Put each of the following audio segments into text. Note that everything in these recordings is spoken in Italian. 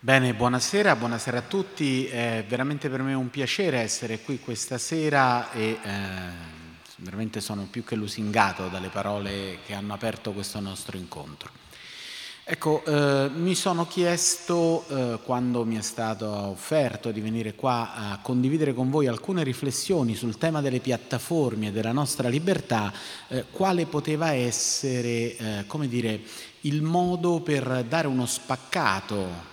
Bene, buonasera a tutti. È veramente per me un piacere essere qui questa sera e veramente sono più che lusingato dalle parole che hanno aperto questo nostro incontro. Ecco, mi sono chiesto, quando mi è stato offerto di venire qua a condividere con voi alcune riflessioni sul tema delle piattaforme e della nostra libertà, quale poteva essere, il modo per dare uno spaccato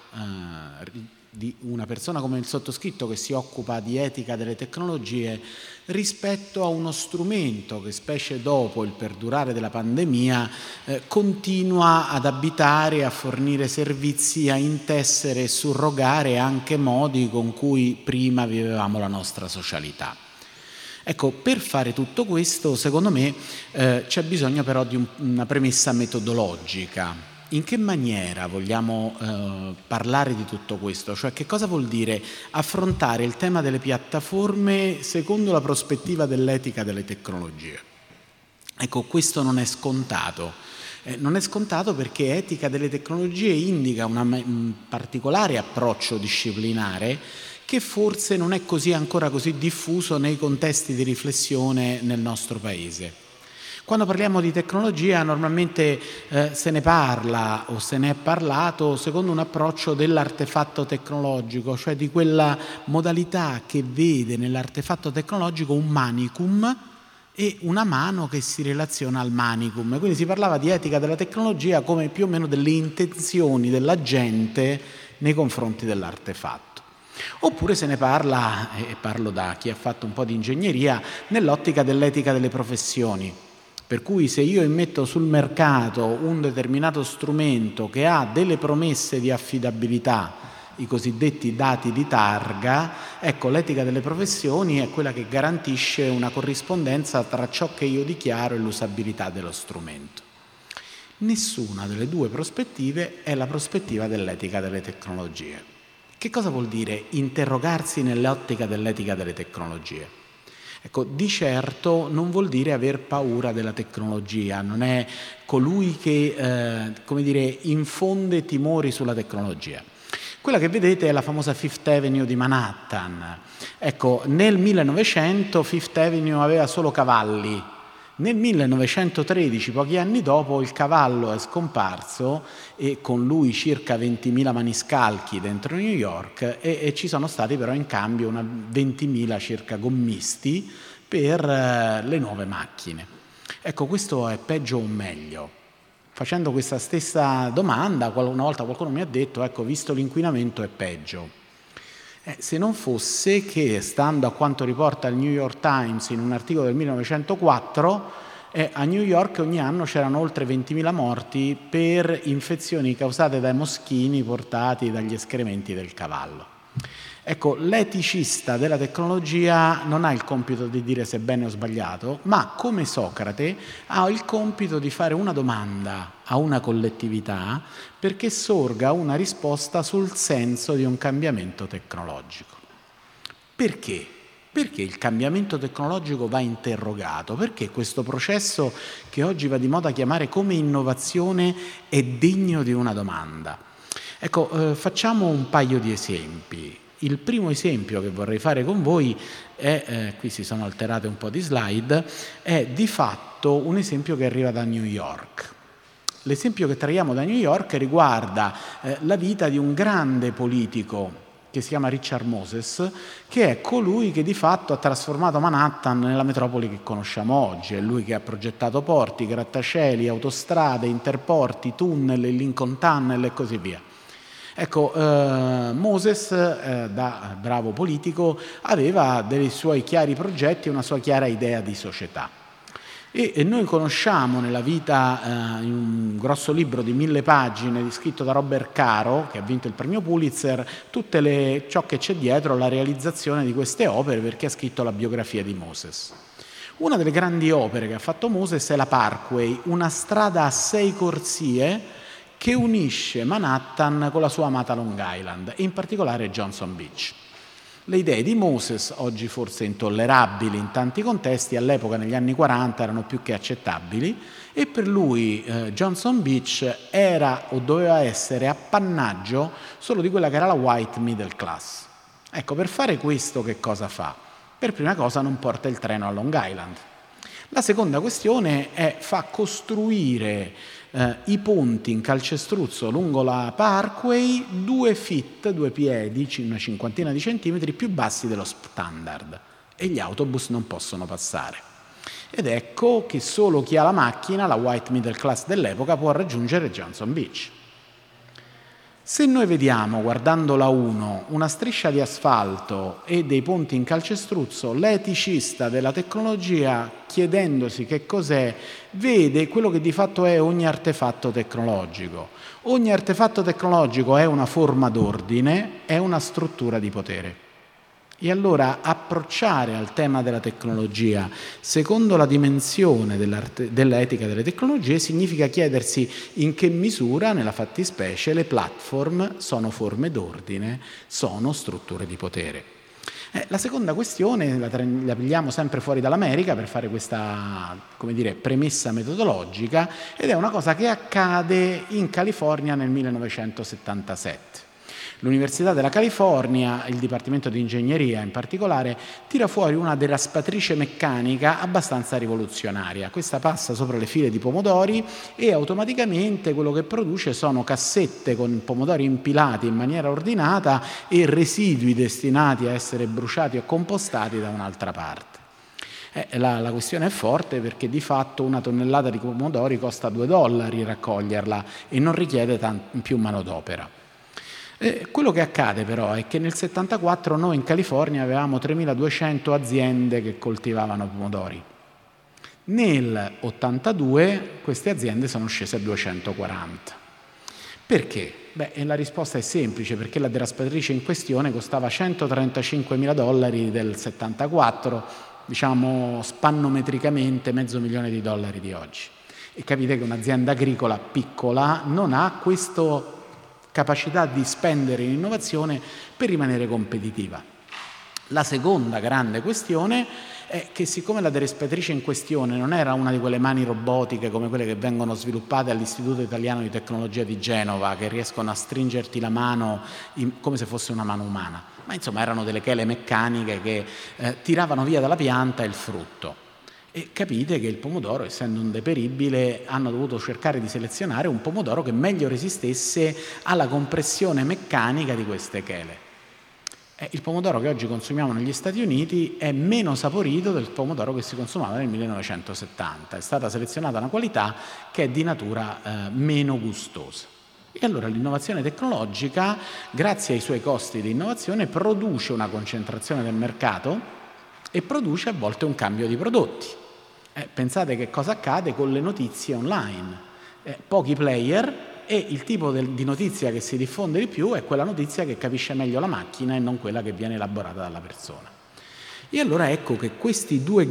di una persona come il sottoscritto che si occupa di etica delle tecnologie rispetto a uno strumento che, specie dopo il perdurare della pandemia, continua ad abitare e a fornire servizi, a intessere e surrogare anche modi con cui prima vivevamo la nostra socialità. Ecco, per fare tutto questo, secondo me, c'è bisogno però di una premessa metodologica. In che maniera vogliamo parlare di tutto questo? Cioè, che cosa vuol dire affrontare il tema delle piattaforme secondo la prospettiva dell'etica delle tecnologie? Ecco, questo non è scontato. Non è scontato perché etica delle tecnologie indica un particolare approccio disciplinare che forse non è ancora così diffuso nei contesti di riflessione nel nostro Paese. Quando parliamo di tecnologia normalmente se ne parla o se ne è parlato secondo un approccio dell'artefatto tecnologico, cioè di quella modalità che vede nell'artefatto tecnologico un manicum e una mano che si relaziona al manicum. Quindi si parlava di etica della tecnologia come più o meno delle intenzioni della gente nei confronti dell'artefatto. Oppure se ne parla, e parlo da chi ha fatto un po' di ingegneria, nell'ottica dell'etica delle professioni. Per cui se io immetto sul mercato un determinato strumento che ha delle promesse di affidabilità, i cosiddetti dati di targa, ecco, l'etica delle professioni è quella che garantisce una corrispondenza tra ciò che io dichiaro e l'usabilità dello strumento. Nessuna delle due prospettive è la prospettiva dell'etica delle tecnologie. Che cosa vuol dire interrogarsi nell'ottica dell'etica delle tecnologie? Ecco, di certo non vuol dire aver paura della tecnologia, non è colui che, infonde timori sulla tecnologia. Quella che vedete è la famosa Fifth Avenue di Manhattan. Ecco, nel 1900 Fifth Avenue aveva solo cavalli. Nel 1913, pochi anni dopo, il cavallo è scomparso e con lui circa 20.000 maniscalchi dentro New York e ci sono stati però in cambio 20.000 circa gommisti per le nuove macchine. Ecco, questo è peggio o meglio? Facendo questa stessa domanda, una volta qualcuno mi ha detto, ecco, visto l'inquinamento è peggio. Se non fosse che, stando a quanto riporta il New York Times in un articolo del 1904, a New York ogni anno c'erano oltre 20.000 morti per infezioni causate dai moschini portati dagli escrementi del cavallo. Ecco, l'eticista della tecnologia non ha il compito di dire se è bene o sbagliato, ma come Socrate ha il compito di fare una domanda a una collettività perché sorga una risposta sul senso di un cambiamento tecnologico. Perché? Perché il cambiamento tecnologico va interrogato? Perché questo processo che oggi va di moda chiamare come innovazione è degno di una domanda? Ecco, facciamo un paio di esempi. Il primo esempio che vorrei fare con voi è, qui si sono alterate un po' di slide, è di fatto un esempio che arriva da New York. L'esempio che traiamo da New York riguarda la vita di un grande politico che si chiama Richard Moses, che è colui che di fatto ha trasformato Manhattan nella metropoli che conosciamo oggi. È lui che ha progettato porti, grattacieli, autostrade, interporti, tunnel, il Lincoln Tunnel e così via. Ecco, Moses, da bravo politico, aveva dei suoi chiari progetti e una sua chiara idea di società. E noi conosciamo nella vita, in un grosso libro di 1000 pagine scritto da Robert Caro, che ha vinto il premio Pulitzer, ciò che c'è dietro la realizzazione di queste opere, perché ha scritto la biografia di Moses. Una delle grandi opere che ha fatto Moses è la Parkway, una strada a 6 corsie che unisce Manhattan con la sua amata Long Island, e in particolare Johnson Beach. Le idee di Moses, oggi forse intollerabili in tanti contesti, all'epoca negli anni 40 erano più che accettabili, e per lui Johnson Beach era o doveva essere appannaggio solo di quella che era la white middle class. Ecco, per fare questo che cosa fa? Per prima cosa non porta il treno a Long Island. La seconda questione è fa costruire i ponti in calcestruzzo lungo la Parkway 2 piedi, una cinquantina di centimetri più bassi dello standard, e gli autobus non possono passare. Ed ecco che solo chi ha la macchina, la white middle class dell'epoca, può raggiungere Johnson Beach. Se noi vediamo, guardando la 1, una striscia di asfalto e dei ponti in calcestruzzo, l'eticista della tecnologia, chiedendosi che cos'è, vede quello che di fatto è ogni artefatto tecnologico. Ogni artefatto tecnologico è una forma d'ordine, è una struttura di potere. E allora approcciare al tema della tecnologia secondo la dimensione dell'etica delle tecnologie significa chiedersi in che misura, nella fattispecie, le platform sono forme d'ordine, sono strutture di potere. La seconda questione la pigliamo sempre fuori dall'America per fare questa, come dire, premessa metodologica, ed è una cosa che accade in California nel 1977. L'Università della California, il Dipartimento di Ingegneria in particolare, tira fuori una deraspatrice meccanica abbastanza rivoluzionaria. Questa passa sopra le file di pomodori e automaticamente quello che produce sono cassette con pomodori impilati in maniera ordinata e residui destinati a essere bruciati o compostati da un'altra parte. La questione è forte perché di fatto una tonnellata di pomodori costa $2 raccoglierla e non richiede più manodopera. Quello che accade però è che nel 1974 noi in California avevamo 3.200 aziende che coltivavano pomodori. Nel 1982 queste aziende sono scese a 240. Perché? La risposta è semplice, perché la deraspatrice in questione costava $135.000 del 1974, diciamo spannometricamente $500.000 di oggi. E capite che un'azienda agricola piccola non ha questa capacità di spendere in innovazione per rimanere competitiva. La seconda grande questione è che siccome la deraspatrice in questione non era una di quelle mani robotiche come quelle che vengono sviluppate all'Istituto Italiano di Tecnologia di Genova, che riescono a stringerti la mano come se fosse una mano umana, ma insomma erano delle chele meccaniche che tiravano via dalla pianta il frutto. E capite che il pomodoro, essendo un deperibile, hanno dovuto cercare di selezionare un pomodoro che meglio resistesse alla compressione meccanica di queste chele. Il pomodoro che oggi consumiamo negli Stati Uniti è meno saporito del pomodoro che si consumava nel 1970. È stata selezionata una qualità che è di natura meno gustosa. E allora l'innovazione tecnologica, grazie ai suoi costi di innovazione, produce una concentrazione del mercato e produce a volte un cambio di prodotti. Pensate che cosa accade con le notizie online. Pochi player e il tipo di notizia che si diffonde di più è quella notizia che capisce meglio la macchina e non quella che viene elaborata dalla persona. E allora ecco che questi due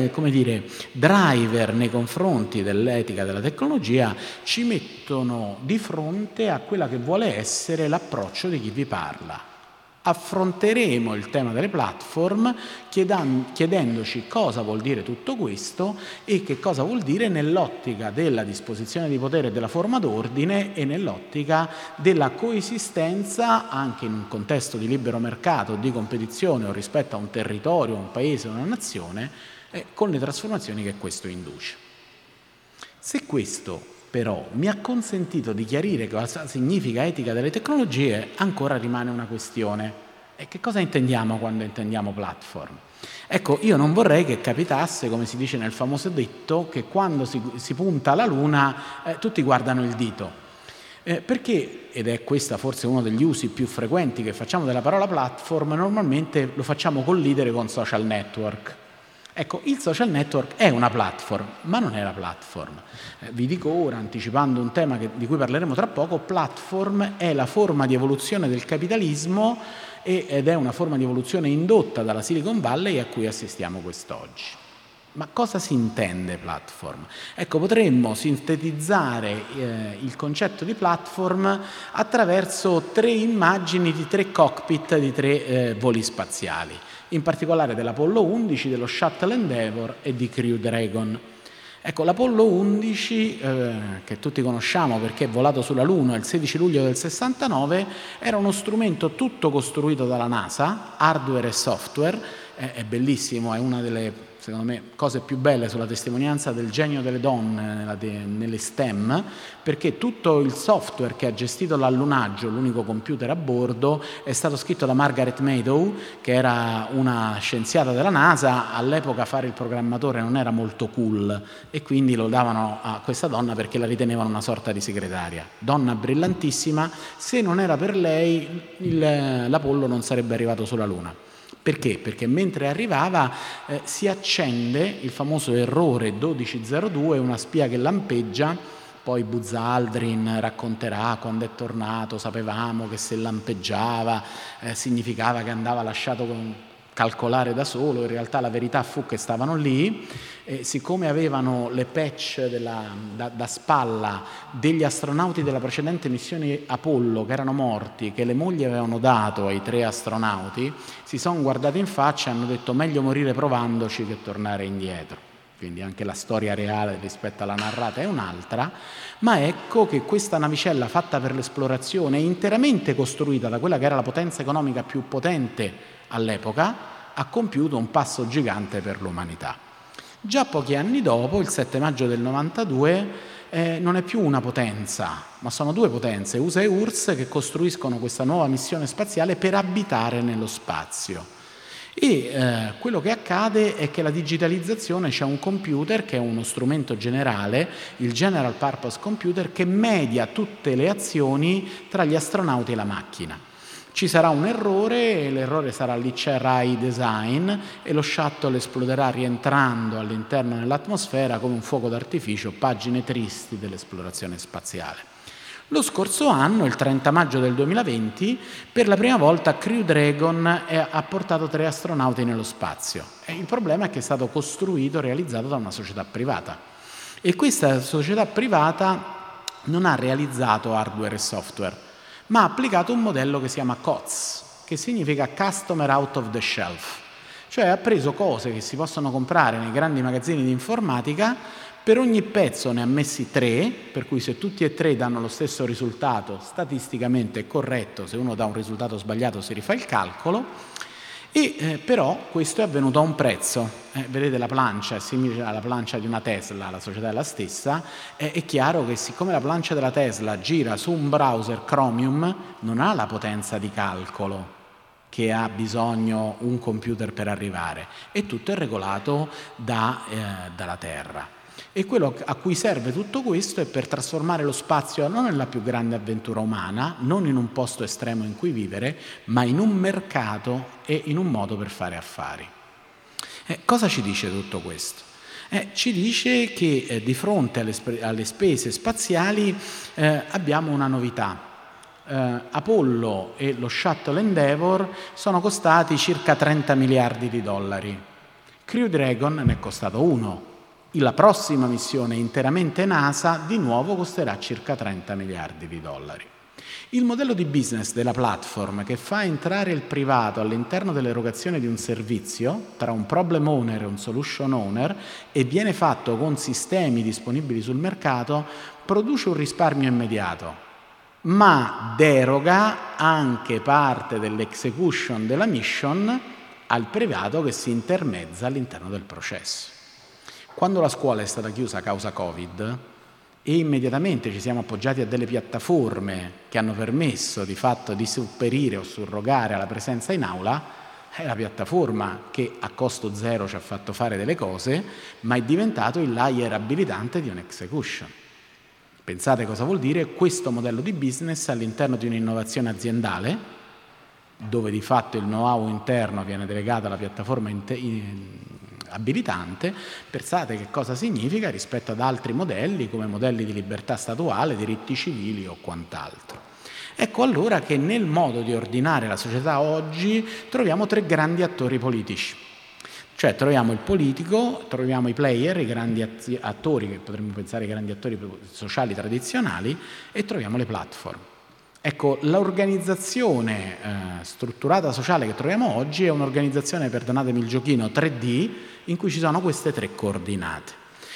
driver nei confronti dell'etica della tecnologia ci mettono di fronte a quella che vuole essere l'approccio di chi vi parla. Affronteremo il tema delle platform chiedendoci cosa vuol dire tutto questo e che cosa vuol dire nell'ottica della disposizione di potere e della forma d'ordine e nell'ottica della coesistenza anche in un contesto di libero mercato, di competizione o rispetto a un territorio, un paese o una nazione, con le trasformazioni che questo induce. Se questo però mi ha consentito di chiarire cosa significa etica delle tecnologie, ancora rimane una questione. E che cosa intendiamo quando intendiamo platform? Ecco, io non vorrei che capitasse, come si dice nel famoso detto, che quando si punta alla luna tutti guardano il dito. Perché, ed è questo forse uno degli usi più frequenti che facciamo della parola platform, normalmente lo facciamo collidere con social network. Ecco, il social network è una platform, ma non è la platform. Vi dico ora, anticipando un tema di cui parleremo tra poco, platform è la forma di evoluzione del capitalismo ed è una forma di evoluzione indotta dalla Silicon Valley a cui assistiamo quest'oggi. Ma cosa si intende platform? Ecco, potremmo sintetizzare il concetto di platform attraverso 3 immagini di 3 cockpit di 3 voli spaziali, in particolare dell'Apollo 11, dello Shuttle Endeavour e di Crew Dragon. Ecco, l'Apollo 11, che tutti conosciamo perché è volato sulla Luna il 16 luglio del 69, era uno strumento tutto costruito dalla NASA, hardware e software, è bellissimo, è una delle, secondo me, cose più belle sulla testimonianza del genio delle donne nelle STEM, perché tutto il software che ha gestito l'allunaggio, l'unico computer a bordo, è stato scritto da Margaret Meadow, che era una scienziata della NASA. All'epoca fare il programmatore non era molto cool e quindi lo davano a questa donna perché la ritenevano una sorta di segretaria. Donna brillantissima, se non era per lei l'Apollo non sarebbe arrivato sulla Luna. Perché? Perché mentre arrivava si accende il famoso errore 1202, una spia che lampeggia. Poi Buzz Aldrin racconterà: quando è tornato sapevamo che se lampeggiava significava che andava lasciato calcolare da solo. In realtà la verità fu che stavano lì, siccome avevano le patch da spalla degli astronauti della precedente missione Apollo che erano morti, che le mogli avevano dato ai 3 astronauti, si sono guardati in faccia e hanno detto: meglio morire provandoci che tornare indietro. Quindi anche la storia reale rispetto alla narrata è un'altra, ma ecco che questa navicella fatta per l'esplorazione, interamente costruita da quella che era la potenza economica più potente all'epoca, ha compiuto un passo gigante per l'umanità. Già pochi anni dopo, il 7 maggio del 92, non è più una potenza, ma sono 2 potenze, USA e URSS, che costruiscono questa nuova missione spaziale per abitare nello spazio. E quello che accade è che la digitalizzazione, c'è un computer che è uno strumento generale, il General Purpose Computer, che media tutte le azioni tra gli astronauti e la macchina. Ci sarà un errore, l'errore sarà l'HRI design e lo shuttle esploderà rientrando all'interno dell'atmosfera come un fuoco d'artificio, pagine tristi dell'esplorazione spaziale. Lo scorso anno, il 30 maggio del 2020, per la prima volta Crew Dragon ha portato 3 astronauti nello spazio. E il problema è che è stato costruito, realizzato da una società privata. E questa società privata non ha realizzato hardware e software, ma ha applicato un modello che si chiama COTS, che significa Customer Out of the Shelf. Cioè ha preso cose che si possono comprare nei grandi magazzini di informatica, per ogni pezzo ne ha messi 3, per cui se tutti e 3 danno lo stesso risultato, statisticamente è corretto, se uno dà un risultato sbagliato si rifà il calcolo, e però questo è avvenuto a un prezzo. Vedete la plancia, è simile alla plancia di una Tesla, la società è la stessa. È chiaro che siccome la plancia della Tesla gira su un browser Chromium, non ha la potenza di calcolo che ha bisogno un computer per arrivare, e tutto è regolato dalla Terra. E quello a cui serve tutto questo è per trasformare lo spazio non nella più grande avventura umana, non in un posto estremo in cui vivere, ma in un mercato e in un modo per fare affari. Cosa ci dice tutto questo? Ci dice che di fronte alle spese spaziali abbiamo una novità. Apollo e lo Shuttle Endeavour sono costati circa 30 miliardi di dollari. Crew Dragon ne è costato 1. La prossima missione interamente NASA di nuovo costerà circa 30 miliardi di dollari. Il modello di business della platform che fa entrare il privato all'interno dell'erogazione di un servizio tra un problem owner e un solution owner, e viene fatto con sistemi disponibili sul mercato, produce un risparmio immediato, ma deroga anche parte dell'execution della mission al privato che si intermezza all'interno del processo. Quando la scuola è stata chiusa a causa Covid e immediatamente ci siamo appoggiati a delle piattaforme che hanno permesso di fatto di sopperire o surrogare alla presenza in aula, è la piattaforma che a costo zero ci ha fatto fare delle cose, ma è diventato il layer abilitante di un'execution. Pensate cosa vuol dire questo modello di business all'interno di un'innovazione aziendale, dove di fatto il know-how interno viene delegato alla piattaforma abilitante. Pensate che cosa significa rispetto ad altri modelli come modelli di libertà statuale, diritti civili o quant'altro. Ecco allora che nel modo di ordinare la società oggi troviamo 3 grandi attori politici. Cioè troviamo il politico, troviamo i player, i grandi attori, che potremmo pensare ai grandi attori sociali tradizionali, e troviamo le platform. Ecco, l'organizzazione strutturata sociale che troviamo oggi è un'organizzazione, perdonatemi il giochino, 3D, in cui ci sono queste 3 coordinate,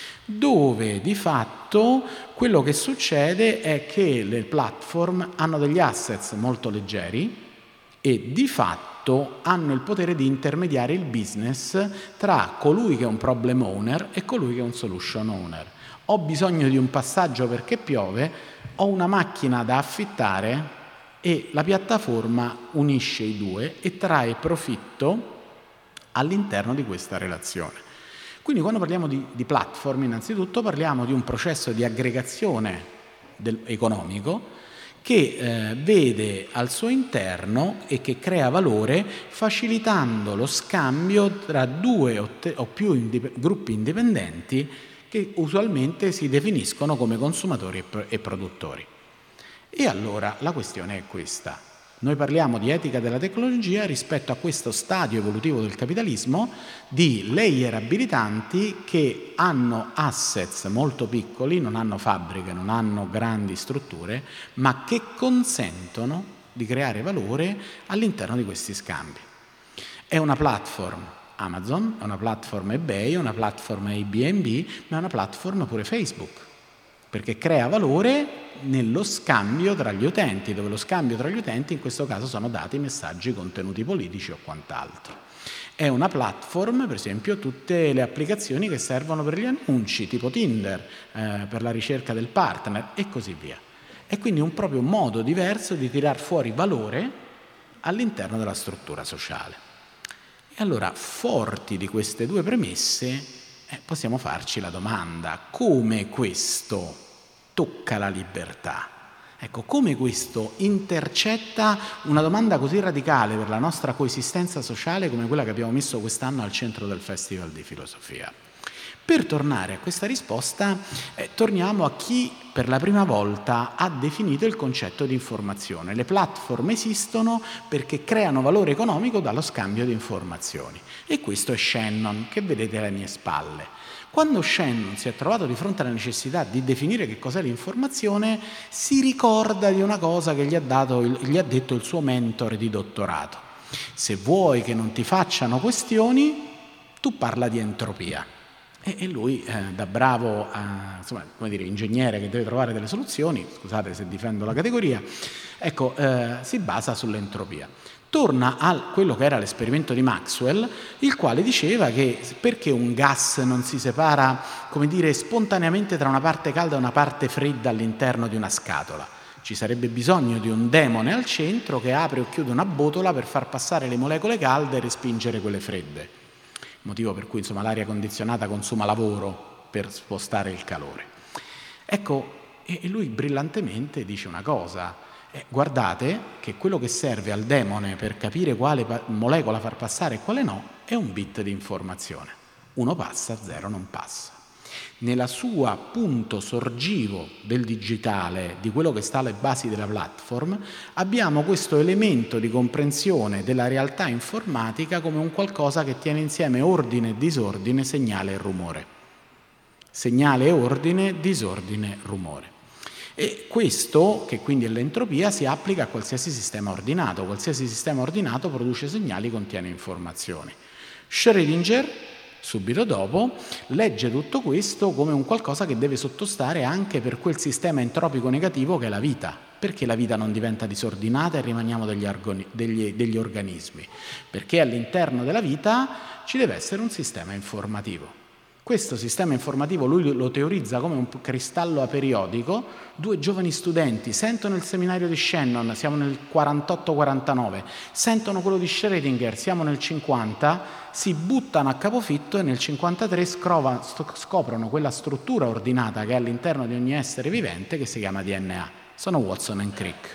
dove di fatto quello che succede è che le platform hanno degli assets molto leggeri e di fatto hanno il potere di intermediare il business tra colui che è un problem owner e colui che è un solution owner. Ho bisogno di un passaggio perché piove, ho una macchina da affittare e la piattaforma unisce i due e trae profitto all'interno di questa relazione. Quindi quando parliamo di platform, innanzitutto parliamo di un processo di aggregazione economico che vede al suo interno e che crea valore facilitando lo scambio tra 2 o più gruppi indipendenti che usualmente si definiscono come consumatori e produttori. E allora la questione è questa. Noi parliamo di etica della tecnologia rispetto a questo stadio evolutivo del capitalismo di layer abilitanti che hanno assets molto piccoli, non hanno fabbriche, non hanno grandi strutture, ma che consentono di creare valore all'interno di questi scambi. È una platform Amazon, è una platform eBay, è una platform Airbnb, ma è una platform pure Facebook, perché crea valore nello scambio tra gli utenti, dove lo scambio tra gli utenti in questo caso sono dati, messaggi, contenuti politici o quant'altro. È una platform, per esempio, tutte le applicazioni che servono per gli annunci, tipo Tinder, per la ricerca del partner e così via. È quindi un proprio modo diverso di tirar fuori valore all'interno della struttura sociale. E allora, forti di queste 2 premesse, possiamo farci la domanda: come questo tocca la libertà? Ecco, come questo intercetta una domanda così radicale per la nostra coesistenza sociale come quella che abbiamo messo quest'anno al centro del Festival di Filosofia? Per tornare a questa risposta, torniamo a chi per la prima volta ha definito il concetto di informazione. Le platform esistono perché creano valore economico dallo scambio di informazioni. E questo è Shannon, che vedete alle mie spalle. Quando Shannon si è trovato di fronte alla necessità di definire che cos'è l'informazione, si ricorda di una cosa che gli ha detto il suo mentore di dottorato. Se vuoi che non ti facciano questioni, tu parla di entropia. E lui, da bravo ingegnere che deve trovare delle soluzioni, scusate se difendo la categoria, ecco, si basa sull'entropia. Torna a quello che era l'esperimento di Maxwell, il quale diceva che perché un gas non si separa, spontaneamente tra una parte calda e una parte fredda all'interno di una scatola? Ci sarebbe bisogno di un demone al centro che apre o chiude una botola per far passare le molecole calde e respingere quelle fredde. Motivo per cui l'aria condizionata consuma lavoro per spostare il calore. Ecco, e lui brillantemente dice una cosa: guardate che quello che serve al demone per capire quale molecola far passare e quale no è un bit di informazione. 1 passa, 0 non passa. Nella sua punto sorgivo del digitale, di quello che sta alle basi della platform, abbiamo questo elemento di comprensione della realtà informatica come un qualcosa che tiene insieme ordine e disordine, segnale e rumore. Segnale e ordine, disordine, rumore. E questo, che quindi è l'entropia, si applica a qualsiasi sistema ordinato. Qualsiasi sistema ordinato produce segnali, contiene informazioni. Schrödinger, subito dopo, legge tutto questo come un qualcosa che deve sottostare anche per quel sistema entropico negativo che è la vita. Perché la vita non diventa disordinata e rimaniamo degli organismi? Perché all'interno della vita ci deve essere un sistema informativo. Questo sistema informativo lui lo teorizza come un cristallo aperiodico. 2 giovani studenti sentono il seminario di Shannon, siamo nel 48-49, sentono quello di Schrödinger, siamo nel 50, si buttano a capofitto e nel 53 scoprono quella struttura ordinata che è all'interno di ogni essere vivente che si chiama DNA. Sono Watson e Crick.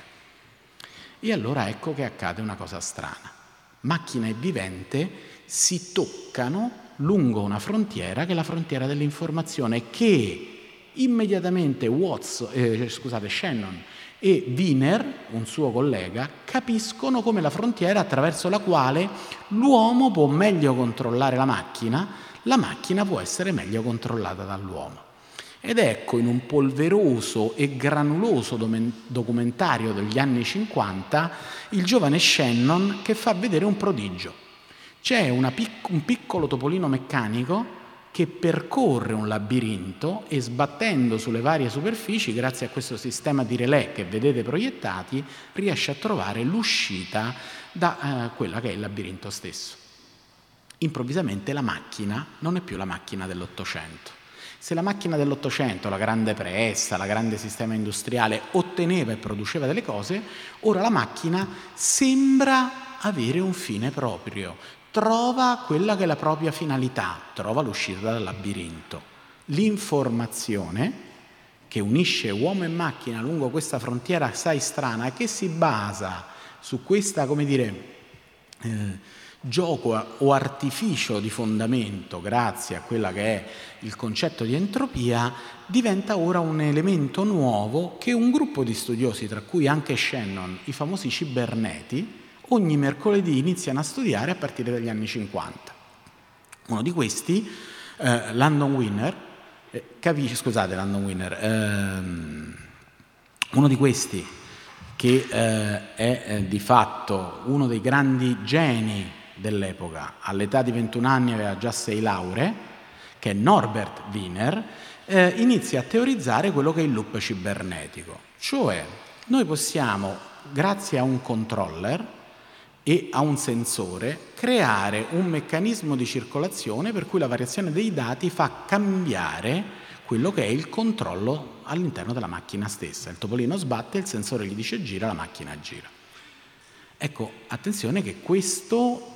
E allora ecco che accade una cosa strana. Macchina e vivente si toccano lungo una frontiera che è la frontiera dell'informazione, che immediatamente Shannon e Wiener, un suo collega, capiscono come la frontiera attraverso la quale l'uomo può meglio controllare la macchina può essere meglio controllata dall'uomo. Ed ecco, in un polveroso e granuloso documentario degli anni 50, il giovane Shannon che fa vedere un prodigio. C'è un piccolo topolino meccanico che percorre un labirinto e sbattendo sulle varie superfici, grazie a questo sistema di relè che vedete proiettati, riesce a trovare l'uscita da quella che è il labirinto stesso. Improvvisamente la macchina non è più la macchina dell'Ottocento. Se la macchina dell'Ottocento, la grande pressa, la grande sistema industriale, otteneva e produceva delle cose, ora la macchina sembra avere un fine proprio. Trova quella che è la propria finalità, trova l'uscita dal labirinto. L'informazione che unisce uomo e macchina lungo questa frontiera assai strana e che si basa su questa, gioco o artificio di fondamento, grazie a quella che è il concetto di entropia, diventa ora un elemento nuovo che un gruppo di studiosi, tra cui anche Shannon, i famosi ciberneti, ogni mercoledì iniziano a studiare a partire dagli anni 50. Uno di questi, uno di questi che è di fatto uno dei grandi geni dell'epoca, all'età di 21 anni aveva già 6 lauree, che è Norbert Wiener, inizia a teorizzare quello che è il loop cibernetico. Cioè, noi possiamo, grazie a un controller e a un sensore, creare un meccanismo di circolazione per cui la variazione dei dati fa cambiare quello che è il controllo all'interno della macchina stessa. Il topolino sbatte, il sensore gli dice gira, la macchina gira. Ecco, attenzione che questo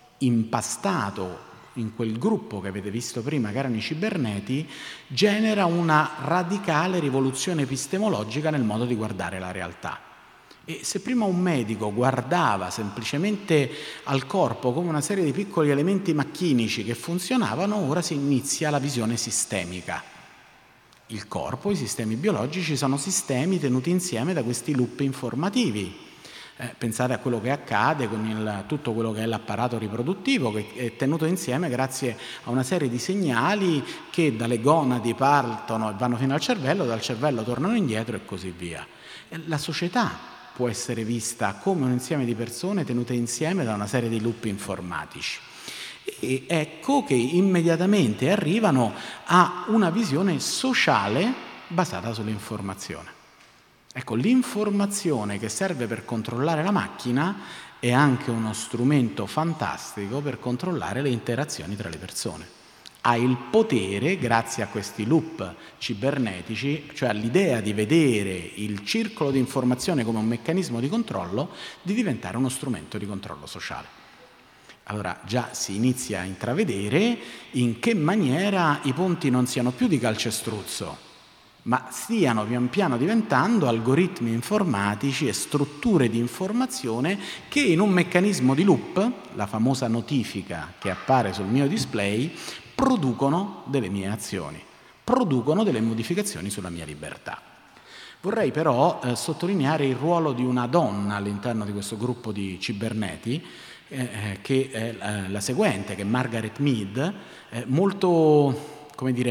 impastato in quel gruppo che avete visto prima, che erano i ciberneti, genera una radicale rivoluzione epistemologica nel modo di guardare la realtà. E se prima un medico guardava semplicemente al corpo come una serie di piccoli elementi macchinici che funzionavano, ora si inizia la visione sistemica. Il corpo, i sistemi biologici sono sistemi tenuti insieme da questi loop informativi. Pensate a quello che accade con tutto quello che è l'apparato riproduttivo, che è tenuto insieme grazie a una serie di segnali che dalle gonadi partono e vanno fino al cervello, dal cervello tornano indietro e così via. La società può essere vista come un insieme di persone tenute insieme da una serie di loop informatici. E ecco che immediatamente arrivano a una visione sociale basata sull'informazione. Ecco, l'informazione che serve per controllare la macchina è anche uno strumento fantastico per controllare le interazioni tra le persone. Ha il potere, grazie a questi loop cibernetici, cioè all'idea di vedere il circolo di informazione come un meccanismo di controllo, di diventare uno strumento di controllo sociale. Allora già si inizia a intravedere in che maniera i ponti non siano più di calcestruzzo, ma stiano pian piano diventando algoritmi informatici e strutture di informazione che in un meccanismo di loop, la famosa notifica che appare sul mio display, producono delle mie azioni, producono delle modificazioni sulla mia libertà. Vorrei però sottolineare il ruolo di una donna all'interno di questo gruppo di ciberneti, che è la seguente, che è Margaret Mead, molto,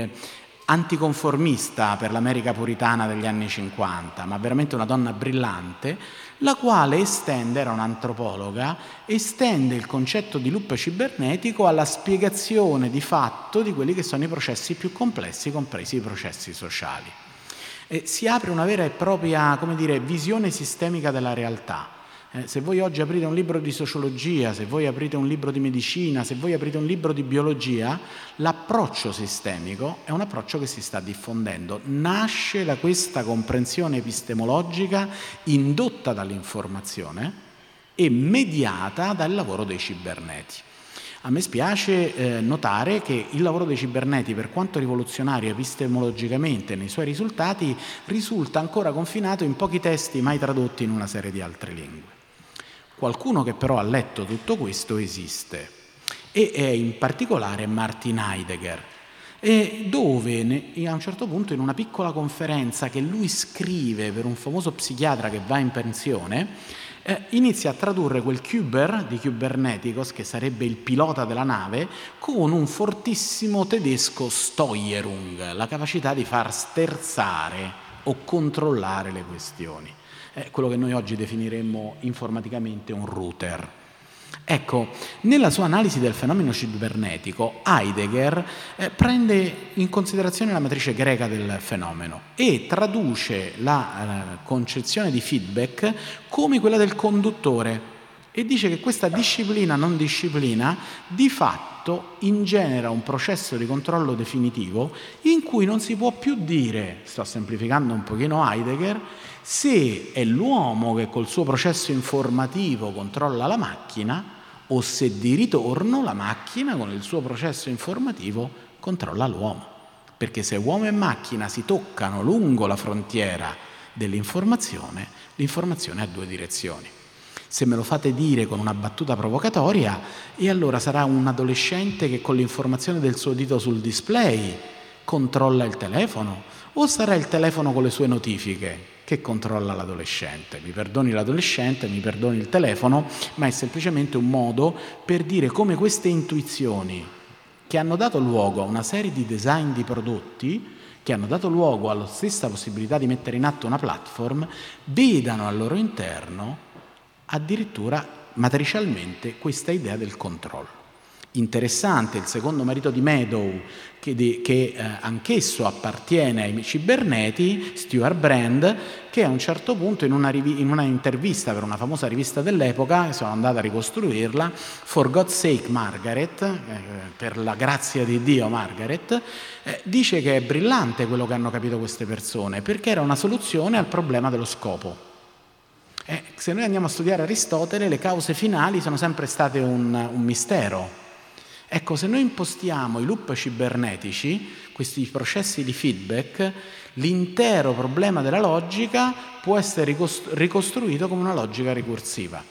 anticonformista per l'America puritana degli anni 50, ma veramente una donna brillante, la quale era un'antropologa, estende il concetto di loop cibernetico alla spiegazione di fatto di quelli che sono i processi più complessi, compresi i processi sociali. E si apre una vera e propria, visione sistemica della realtà. Se voi oggi aprite un libro di sociologia, se voi aprite un libro di medicina, se voi aprite un libro di biologia, l'approccio sistemico è un approccio che si sta diffondendo. Nasce da questa comprensione epistemologica indotta dall'informazione e mediata dal lavoro dei ciberneti. A me spiace notare che il lavoro dei ciberneti, per quanto rivoluzionario epistemologicamente nei suoi risultati, risulta ancora confinato in pochi testi mai tradotti in una serie di altre lingue. Qualcuno che però ha letto tutto questo esiste, e è in particolare Martin Heidegger. e dove a un certo punto in una piccola conferenza che lui scrive per un famoso psichiatra che va in pensione, inizia a tradurre quel Küber di Kyberneticos, che sarebbe il pilota della nave, con un fortissimo tedesco Steuerung, la capacità di far sterzare o controllare le questioni. Quello che noi oggi definiremmo informaticamente un router. Ecco, nella sua analisi del fenomeno cibernetico, Heidegger prende in considerazione la matrice greca del fenomeno e traduce la concezione di feedback come quella del conduttore e dice che questa disciplina non disciplina di fatto ingenera un processo di controllo definitivo in cui non si può più dire, sto semplificando un pochino Heidegger, se è l'uomo che col suo processo informativo controlla la macchina o se di ritorno la macchina con il suo processo informativo controlla l'uomo. Perché se uomo e macchina si toccano lungo la frontiera dell'informazione, l'informazione ha due direzioni. Se me lo fate dire con una battuta provocatoria, e allora sarà un adolescente che con l'informazione del suo dito sul display controlla il telefono, o sarà il telefono con le sue notifiche che controlla l'adolescente? Mi perdoni l'adolescente, mi perdoni il telefono, ma è semplicemente un modo per dire come queste intuizioni che hanno dato luogo a una serie di design di prodotti, che hanno dato luogo alla stessa possibilità di mettere in atto una platform, vedano al loro interno addirittura matricialmente questa idea del controllo. Interessante il secondo marito di Meadow, che anch'esso appartiene ai ciberneti, Stuart Brand, che a un certo punto in una intervista per una famosa rivista dell'epoca, sono andato a ricostruirla, For God's sake Margaret, per la grazia di Dio Margaret, dice che è brillante quello che hanno capito queste persone, perché era una soluzione al problema dello scopo. Se noi andiamo a studiare Aristotele, le cause finali sono sempre state un mistero. Ecco, se noi impostiamo i loop cibernetici, questi processi di feedback, l'intero problema della logica può essere ricostruito come una logica ricorsiva.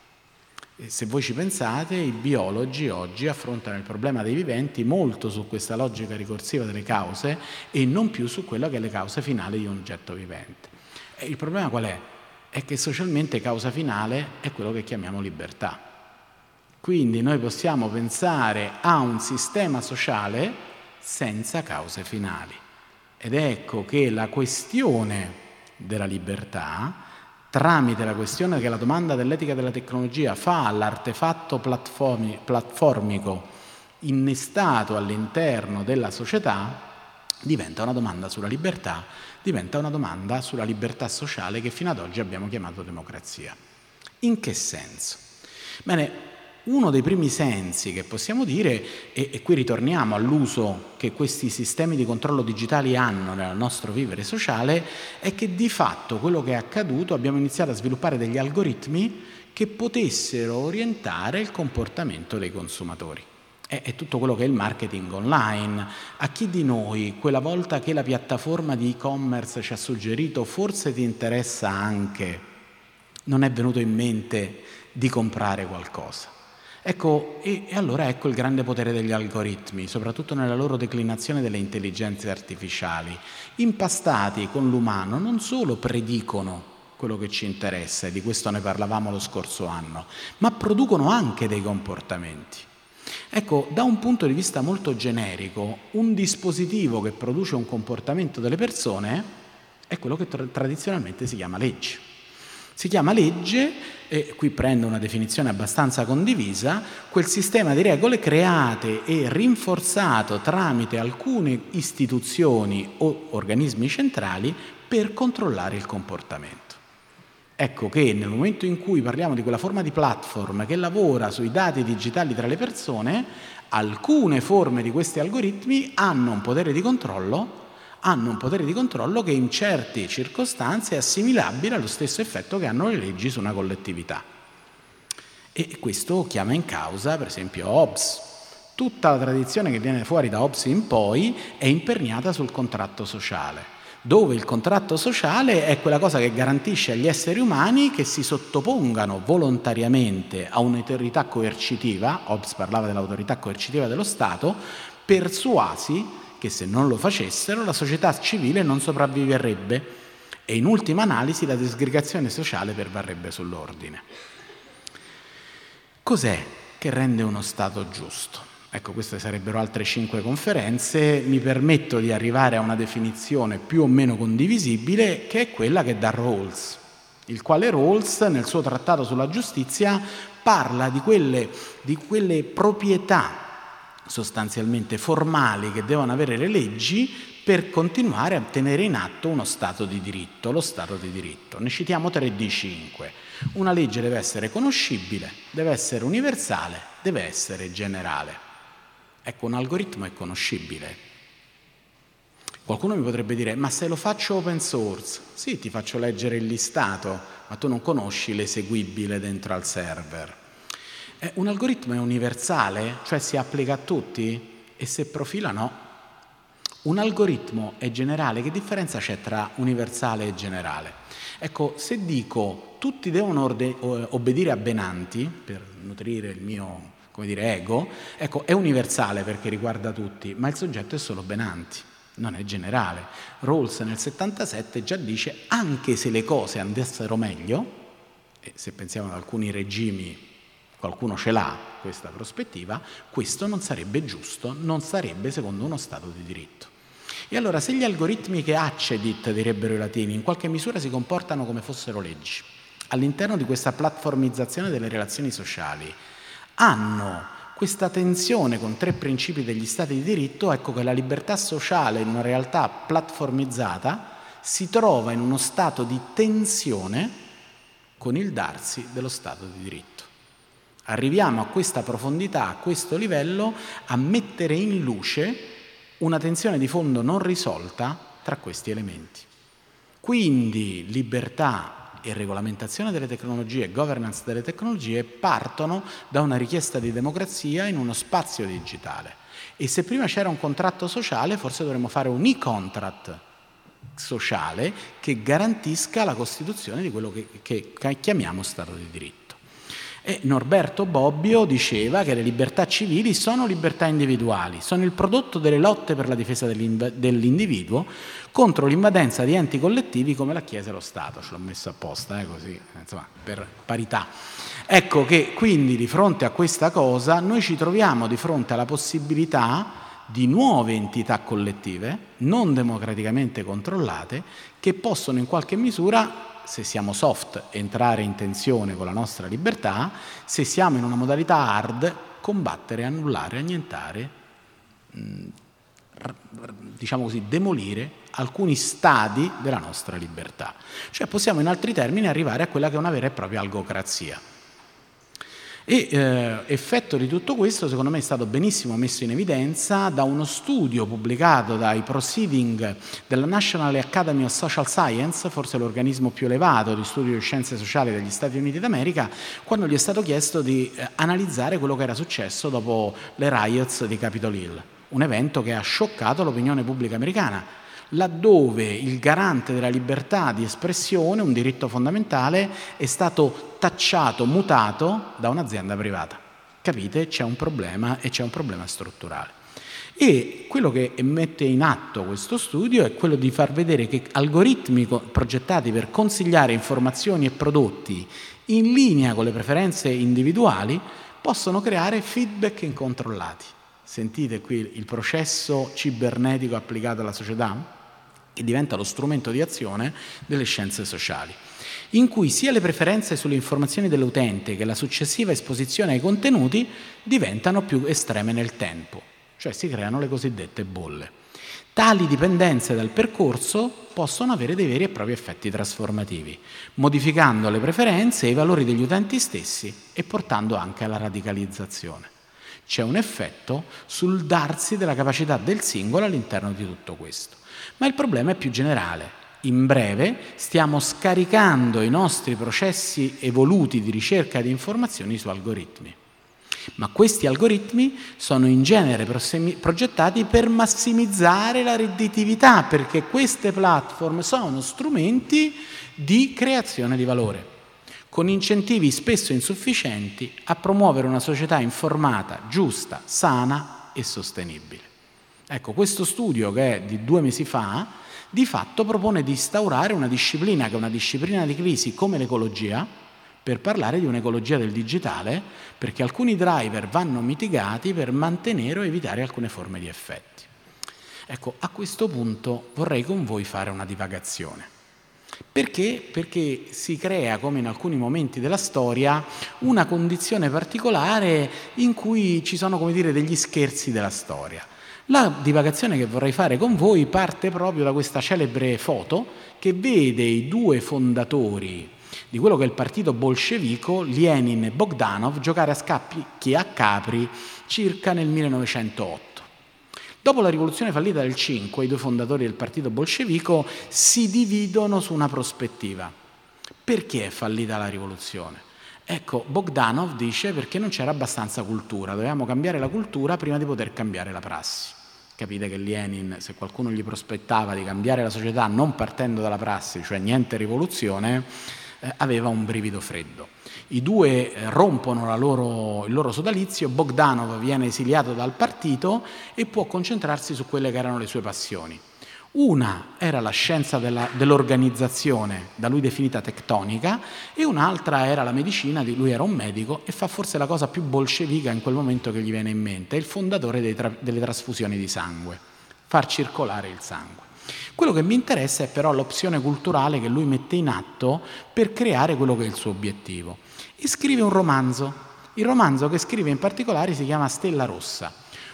E se voi ci pensate, i biologi oggi affrontano il problema dei viventi molto su questa logica ricorsiva delle cause e non più su quella che è le cause finali di un oggetto vivente. E il problema qual è? È che socialmente causa finale è quello che chiamiamo libertà. Quindi noi possiamo pensare a un sistema sociale senza cause finali. Ed ecco che la questione della libertà, tramite la questione che la domanda dell'etica della tecnologia fa all'artefatto platformico innestato all'interno della società, diventa una domanda sulla libertà, diventa una domanda sulla libertà sociale che fino ad oggi abbiamo chiamato democrazia. In che senso? Bene, uno dei primi sensi che possiamo dire, e qui ritorniamo all'uso che questi sistemi di controllo digitali hanno nel nostro vivere sociale, è che di fatto quello che è accaduto, abbiamo iniziato a sviluppare degli algoritmi che potessero orientare il comportamento dei consumatori. È tutto quello che è il marketing online. A chi di noi, quella volta che la piattaforma di e-commerce ci ha suggerito forse ti interessa anche, non è venuto in mente di comprare qualcosa? Ecco, e allora ecco il grande potere degli algoritmi, soprattutto nella loro declinazione delle intelligenze artificiali. Impastati con l'umano non solo predicono quello che ci interessa, e di questo ne parlavamo lo scorso anno, ma producono anche dei comportamenti. Ecco, da un punto di vista molto generico, un dispositivo che produce un comportamento delle persone è quello che tradizionalmente si chiama legge. Si chiama legge, e qui prendo una definizione abbastanza condivisa, quel sistema di regole create e rinforzato tramite alcune istituzioni o organismi centrali per controllare il comportamento. Ecco che nel momento in cui parliamo di quella forma di platform che lavora sui dati digitali tra le persone, alcune forme di questi algoritmi hanno un potere di controllo che in certe circostanze è assimilabile allo stesso effetto che hanno le leggi su una collettività. E questo chiama in causa, per esempio, Hobbes. Tutta la tradizione che viene fuori da Hobbes in poi è imperniata sul contratto sociale, dove il contratto sociale è quella cosa che garantisce agli esseri umani che si sottopongano volontariamente a un'autorità coercitiva, Hobbes parlava dell'autorità coercitiva dello Stato, persuasi che se non lo facessero la società civile non sopravviverebbe e in ultima analisi la disgregazione sociale pervarrebbe sull'ordine. Cos'è che rende uno Stato giusto? Ecco, queste sarebbero altre 5 conferenze. Mi permetto di arrivare a una definizione più o meno condivisibile, che è quella che dà Rawls, il quale Rawls nel suo trattato sulla giustizia parla di quelle proprietà sostanzialmente formali che devono avere le leggi per continuare a tenere in atto uno Stato di diritto, lo Stato di diritto. Ne citiamo 3 di 5. Una legge deve essere conoscibile, deve essere universale, deve essere generale. Ecco, un algoritmo è conoscibile. Qualcuno mi potrebbe dire, ma se lo faccio open source, sì, ti faccio leggere il listato, ma tu non conosci l'eseguibile dentro al server. Un algoritmo è universale, cioè si applica a tutti, e se profila no. Un algoritmo è generale, che differenza c'è tra universale e generale? Ecco, se dico tutti devono obbedire a Benanti per nutrire il mio, ego, ecco, è universale perché riguarda tutti, ma il soggetto è solo Benanti, non è generale. Rawls nel 77 già dice, anche se le cose andassero meglio, e se pensiamo ad alcuni regimi, qualcuno ce l'ha questa prospettiva, questo non sarebbe giusto, non sarebbe secondo uno Stato di diritto. E allora, se gli algoritmi che accedit, direbbero i latini, in qualche misura si comportano come fossero leggi, all'interno di questa platformizzazione delle relazioni sociali, hanno questa tensione con 3 principi degli Stati di diritto, ecco che la libertà sociale in una realtà platformizzata si trova in uno stato di tensione con il darsi dello Stato di diritto. Arriviamo a questa profondità, a questo livello, a mettere in luce una tensione di fondo non risolta tra questi elementi. Quindi libertà e regolamentazione delle tecnologie, governance delle tecnologie partono da una richiesta di democrazia in uno spazio digitale. E se prima c'era un contratto sociale, forse dovremmo fare un e-contract sociale che garantisca la costituzione di quello che chiamiamo Stato di diritto. E Norberto Bobbio diceva che le libertà civili sono libertà individuali, sono il prodotto delle lotte per la difesa dell'individuo contro l'invadenza di enti collettivi come la Chiesa e lo Stato. Ce l'ho messo apposta, così, insomma, per parità. Ecco che quindi di fronte a questa cosa noi ci troviamo di fronte alla possibilità di nuove entità collettive non democraticamente controllate che possono in qualche misura, se siamo soft, entrare in tensione con la nostra libertà, se siamo in una modalità hard, combattere, annullare, annientare, diciamo così, demolire alcuni stadi della nostra libertà. Cioè possiamo in altri termini arrivare a quella che è una vera e propria algocrazia. E effetto di tutto questo, secondo me, è stato benissimo messo in evidenza da uno studio pubblicato dai Proceeding della National Academy of Social Science, forse l'organismo più elevato di studio di scienze sociali degli Stati Uniti d'America, quando gli è stato chiesto di analizzare quello che era successo dopo le riots di Capitol Hill, un evento che ha scioccato l'opinione pubblica americana, laddove il garante della libertà di espressione, un diritto fondamentale, è stato tacciato, mutato da un'azienda privata. Capite? C'è un problema e c'è un problema strutturale. E quello che mette in atto questo studio è quello di far vedere che algoritmi progettati per consigliare informazioni e prodotti in linea con le preferenze individuali possono creare feedback incontrollati. Sentite qui il processo cibernetico applicato alla società? Che diventa lo strumento di azione delle scienze sociali, in cui sia le preferenze sulle informazioni dell'utente che la successiva esposizione ai contenuti diventano più estreme nel tempo, cioè si creano le cosiddette bolle. Tali dipendenze dal percorso possono avere dei veri e propri effetti trasformativi, modificando le preferenze e i valori degli utenti stessi e portando anche alla radicalizzazione. C'è un effetto sul darsi della capacità del singolo all'interno di tutto questo. Ma il problema è più generale. In breve stiamo scaricando i nostri processi evoluti di ricerca di informazioni su algoritmi. Ma questi algoritmi sono in genere progettati per massimizzare la redditività, perché queste platform sono strumenti di creazione di valore, con incentivi spesso insufficienti a promuovere una società informata, giusta, sana e sostenibile. Ecco, questo studio, che è di 2 mesi fa, di fatto propone di instaurare una disciplina che è una disciplina di crisi come l'ecologia, per parlare di un'ecologia del digitale, perché alcuni driver vanno mitigati per mantenere o evitare alcune forme di effetti. Ecco, a questo punto vorrei con voi fare una divagazione. Perché? Perché si crea, come in alcuni momenti della storia, una condizione particolare in cui ci sono, come dire, degli scherzi della storia. La divagazione che vorrei fare con voi parte proprio da questa celebre foto che vede i 2 fondatori di quello che è il partito bolscevico, Lenin e Bogdanov, giocare a scacchi a Capri circa nel 1908. Dopo la rivoluzione fallita del 5, i 2 fondatori del partito bolscevico si dividono su una prospettiva. Perché è fallita la rivoluzione? Ecco, Bogdanov dice perché non c'era abbastanza cultura, dovevamo cambiare la cultura prima di poter cambiare la prassi. Capite che Lenin, se qualcuno gli prospettava di cambiare la società non partendo dalla prassi, cioè niente rivoluzione, aveva un brivido freddo. I 2 rompono il loro sodalizio, Bogdanov viene esiliato dal partito e può concentrarsi su quelle che erano le sue passioni. Una era la scienza dell'organizzazione, da lui definita tectonica, e un'altra era la medicina, lui era un medico e fa forse la cosa più bolscevica in quel momento che gli viene in mente, è il fondatore delle trasfusioni di sangue, far circolare il sangue. Quello che mi interessa è però l'opzione culturale che lui mette in atto per creare quello che è il suo obiettivo. E scrive un romanzo. Il romanzo che scrive in particolare si chiama Stella Rossa.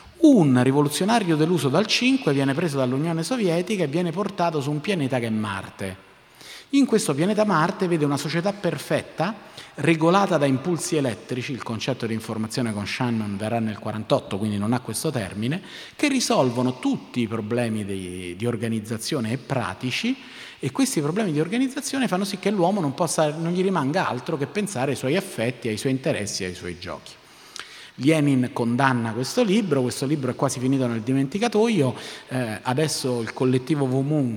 Un rivoluzionario deluso dal 5 viene preso dall'Unione Sovietica e viene portato su un pianeta che è Marte. In questo pianeta Marte vede una società perfetta, regolata da impulsi elettrici, il concetto di informazione con Shannon verrà nel 1948, quindi non ha questo termine, che risolvono tutti i problemi di organizzazione e pratici, e questi problemi di organizzazione fanno sì che l'uomo non gli rimanga altro che pensare ai suoi affetti, ai suoi interessi e ai suoi giochi. Lenin condanna questo libro è quasi finito nel dimenticatoio, adesso il collettivo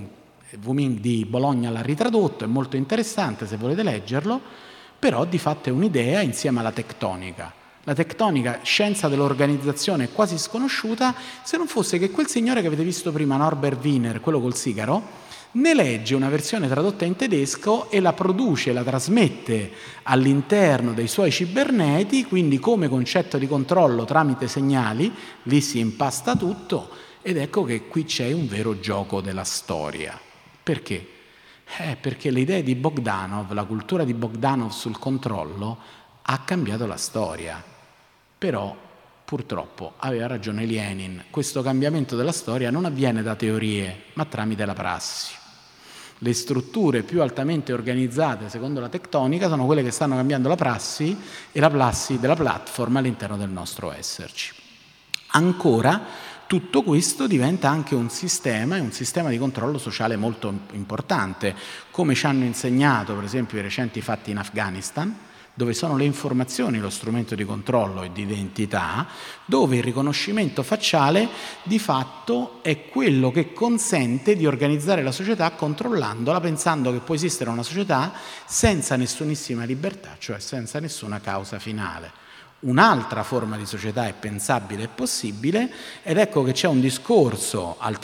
Wuming di Bologna l'ha ritradotto, è molto interessante se volete leggerlo, però di fatto è un'idea insieme alla tectonica. La tectonica, scienza dell'organizzazione, è quasi sconosciuta, se non fosse che quel signore che avete visto prima, Norbert Wiener, quello col sigaro, ne legge una versione tradotta in tedesco e la produce, la trasmette all'interno dei suoi ciberneti, quindi come concetto di controllo tramite segnali, lì si impasta tutto, ed ecco che qui c'è un vero gioco della storia. Perché? Perché le idee di Bogdanov, la cultura di Bogdanov sul controllo, ha cambiato la storia. Però, purtroppo, aveva ragione Lenin, questo cambiamento della storia non avviene da teorie, ma tramite la prassi. Le strutture più altamente organizzate, secondo la tectonica, sono quelle che stanno cambiando la prassi e la prassi della platform all'interno del nostro esserci. Ancora, tutto questo diventa anche un sistema di controllo sociale molto importante, come ci hanno insegnato per esempio i recenti fatti in Afghanistan, dove sono le informazioni lo strumento di controllo e di identità, dove il riconoscimento facciale di fatto è quello che consente di organizzare la società controllandola, pensando che può esistere una società senza nessunissima libertà, cioè senza nessuna causa finale. Un'altra forma di società è pensabile e possibile, ed ecco che c'è un discorso al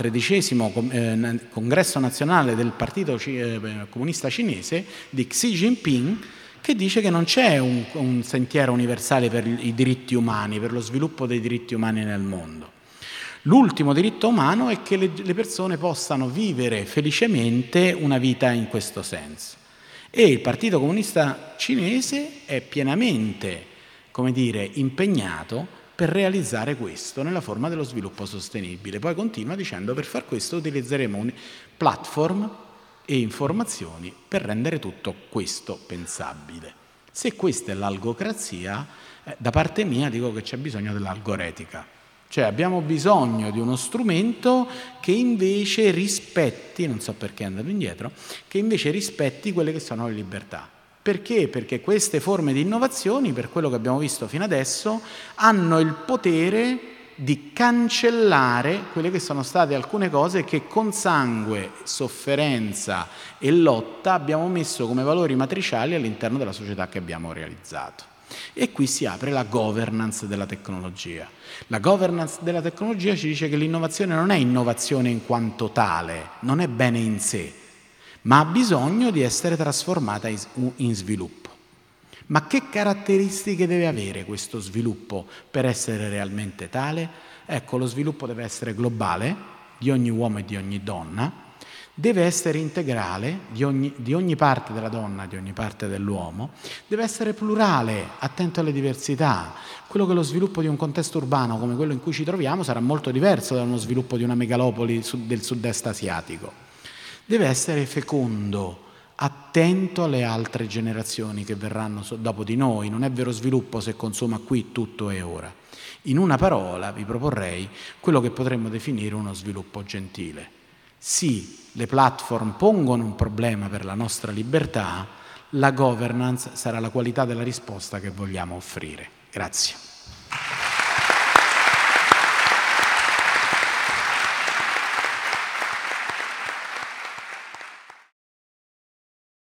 13° congresso nazionale del Partito Comunista Cinese di Xi Jinping, che dice che non c'è un sentiero universale per i diritti umani, per lo sviluppo dei diritti umani nel mondo. L'ultimo diritto umano è che le persone possano vivere felicemente una vita in questo senso. E il Partito Comunista Cinese è pienamente, impegnato per realizzare questo nella forma dello sviluppo sostenibile. Poi continua dicendo: per far questo utilizzeremo platform e informazioni per rendere tutto questo pensabile. Se questa è l'algocrazia, da parte mia dico che c'è bisogno dell'algoretica. Cioè abbiamo bisogno di uno strumento che invece rispetti, non so perché è andato indietro, che invece rispetti quelle che sono le libertà. Perché? Perché queste forme di innovazioni, per quello che abbiamo visto fino adesso, hanno il potere di cancellare quelle che sono state alcune cose che con sangue, sofferenza e lotta abbiamo messo come valori matriciali all'interno della società che abbiamo realizzato. E qui si apre la governance della tecnologia. La governance della tecnologia ci dice che l'innovazione non è innovazione in quanto tale, non è bene in sé, ma ha bisogno di essere trasformata in sviluppo. Ma che caratteristiche deve avere questo sviluppo per essere realmente tale? Ecco, lo sviluppo deve essere globale, di ogni uomo e di ogni donna, deve essere integrale, di ogni parte della donna, di ogni parte dell'uomo, deve essere plurale, attento alle diversità. Quello che è lo sviluppo di un contesto urbano come quello in cui ci troviamo sarà molto diverso da uno sviluppo di una megalopoli del sud-est asiatico. Deve essere fecondo, attento alle altre generazioni che verranno dopo di noi. Non è vero sviluppo se consuma qui tutto e ora. In una parola vi proporrei quello che potremmo definire uno sviluppo gentile. Sì, le platform pongono un problema per la nostra libertà, la governance sarà la qualità della risposta che vogliamo offrire. Grazie.